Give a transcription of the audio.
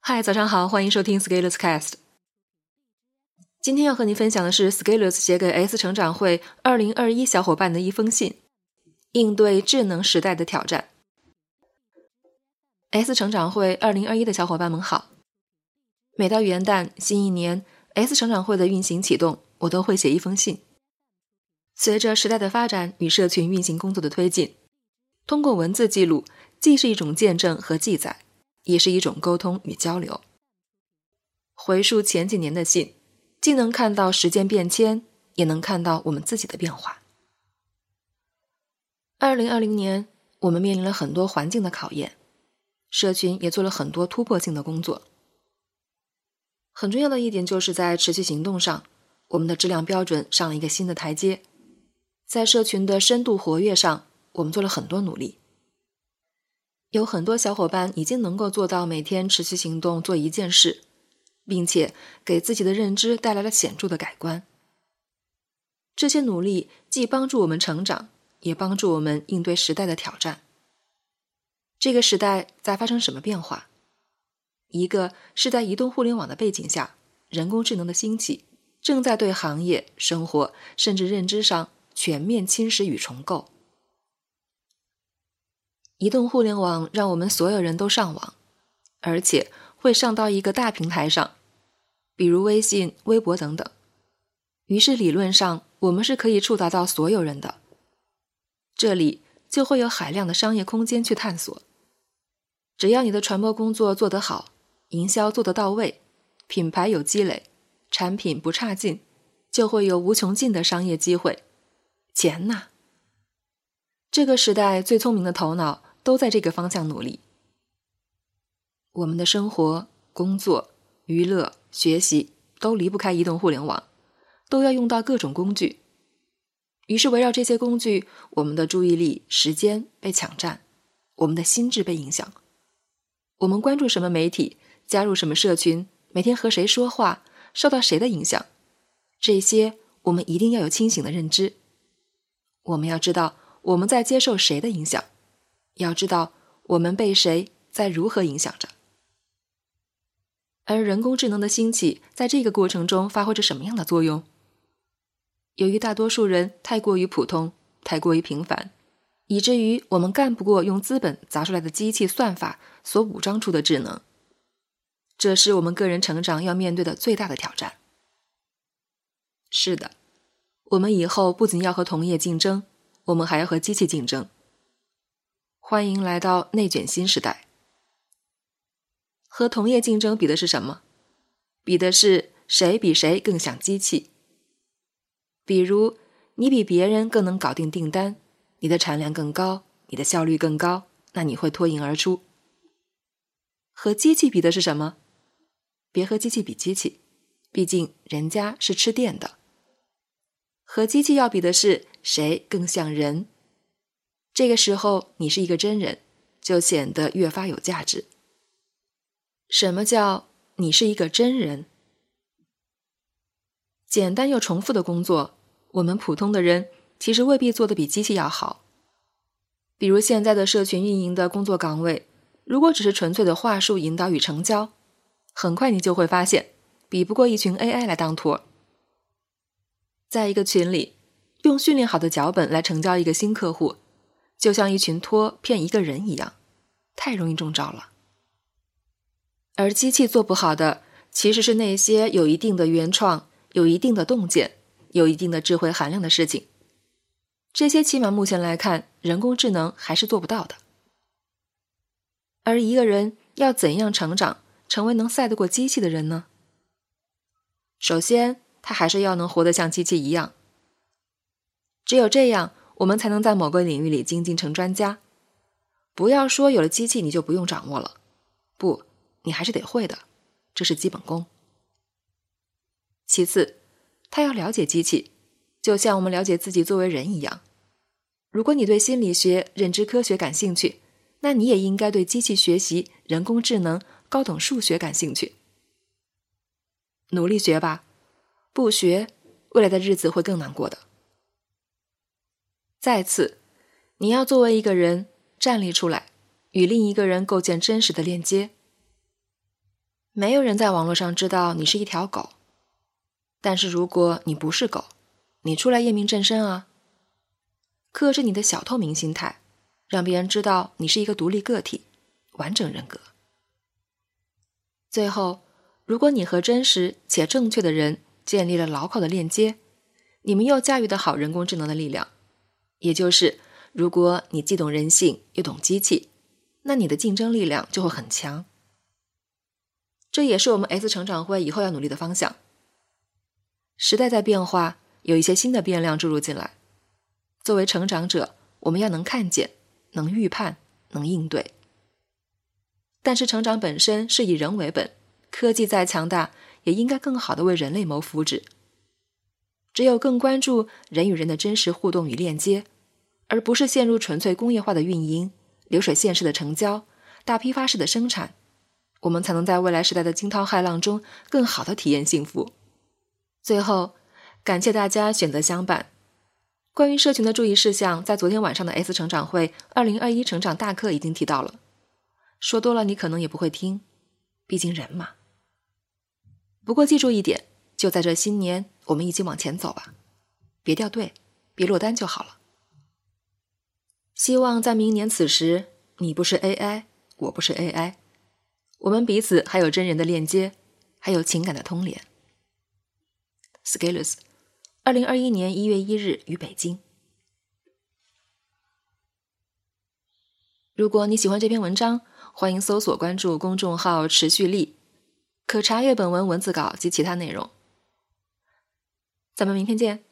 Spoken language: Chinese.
嗨，早上好，欢迎收听 Scalers Cast。今天要和你分享的是 Scalers 写给 S 成长会2021小伙伴的一封信，应对智能时代的挑战。S 成长会2021的小伙伴们好，每到元旦、新一年 S 成长会的运行启动，我都会写一封信。随着时代的发展与社群运行工作的推进，通过文字记录既是一种见证和记载，也是一种沟通与交流。回溯前几年的信，既能看到时间变迁，也能看到我们自己的变化。2020年，我们面临了很多环境的考验，社群也做了很多突破性的工作。很重要的一点就是在持续行动上，我们的质量标准上了一个新的台阶。在社群的深度活跃上，我们做了很多努力。有很多小伙伴已经能够做到每天持续行动做一件事，并且给自己的认知带来了显著的改观。这些努力既帮助我们成长，也帮助我们应对时代的挑战。这个时代在发生什么变化？一个是在移动互联网的背景下，人工智能的兴起正在对行业、生活甚至认知上全面侵蚀与重构。移动互联网让我们所有人都上网，而且会上到一个大平台上，比如微信、微博等等。于是理论上，我们是可以触达到所有人的。这里就会有海量的商业空间去探索。只要你的传播工作做得好，营销做得到位，品牌有积累，产品不差劲，就会有无穷尽的商业机会。钱呐！这个时代最聪明的头脑都在这个方向努力。我们的生活、工作、娱乐、学习都离不开移动互联网，都要用到各种工具。于是围绕这些工具，我们的注意力、时间被抢占，我们的心智被影响。我们关注什么媒体，加入什么社群，每天和谁说话，受到谁的影响，这些我们一定要有清醒的认知。我们要知道我们在接受谁的影响，要知道我们被谁在如何影响着。而人工智能的兴起在这个过程中发挥着什么样的作用？由于大多数人太过于普通，太过于平凡，以至于我们干不过用资本砸出来的机器算法所武装出的智能。这是我们个人成长要面对的最大的挑战。是的，我们以后不仅要和同业竞争，我们还要和机器竞争。欢迎来到内卷新时代。和同业竞争比的是什么？比的是谁比谁更像机器。比如，你比别人更能搞定订单，你的产量更高，你的效率更高，那你会脱颖而出。和机器比的是什么？别和机器比机器，毕竟人家是吃电的。和机器要比的是谁更像人。这个时候你是一个真人，就显得越发有价值。什么叫你是一个真人？简单又重复的工作，我们普通的人其实未必做得比机器要好。比如现在的社群运营的工作岗位，如果只是纯粹的话术引导与成交，很快你就会发现比不过一群 AI 来当托。在一个群里，用训练好的脚本来成交一个新客户，就像一群托骗一个人一样，太容易中招了。而机器做不好的，其实是那些有一定的原创、有一定的洞见、有一定的智慧含量的事情。这些起码目前来看，人工智能还是做不到的。而一个人要怎样成长，成为能赛得过机器的人呢？首先，他还是要能活得像机器一样。只有这样，我们才能在某个领域里精进成专家。不要说有了机器你就不用掌握了，不，你还是得会的，这是基本功。其次，他要了解机器，就像我们了解自己作为人一样。如果你对心理学、认知科学感兴趣，那你也应该对机器学习、人工智能、高等数学感兴趣。努力学吧，不学，未来的日子会更难过的。再次，你要作为一个人站立出来，与另一个人构建真实的链接。 没有人在网络上知道你是一条狗，但是如果你不是狗，你出来验明正身啊。克制你的小透明心态，让别人知道你是一个独立个体，完整人格。最后，如果你和真实且正确的人建立了牢靠的链接，你们又驾驭得好人工智能的力量，也就是如果你既懂人性又懂机器，那你的竞争力量就会很强。这也是我们 S 成长会以后要努力的方向。时代在变化，有一些新的变量注入进来。作为成长者，我们要能看见，能预判，能应对。但是成长本身是以人为本，科技再强大，也应该更好地为人类谋福祉。只有更关注人与人的真实互动与链接，而不是陷入纯粹工业化的运营、流水线式的成交、大批发式的生产，我们才能在未来时代的惊涛骇浪中更好地体验幸福。最后，感谢大家选择相伴。关于社群的注意事项，在昨天晚上的 S 成长会2021成长大课已经提到了，说多了你可能也不会听，毕竟人嘛。不过记住一点，就在这新年，我们一起往前走吧，别掉队，别落单就好了。希望在明年此时，你不是 AI， 我不是 AI， 我们彼此还有真人的链接，还有情感的通联。Scalers 2021年1月1日于北京。如果你喜欢这篇文章，欢迎搜索关注公众号持续力，可查阅本文文字稿及其他内容。咱们明天见。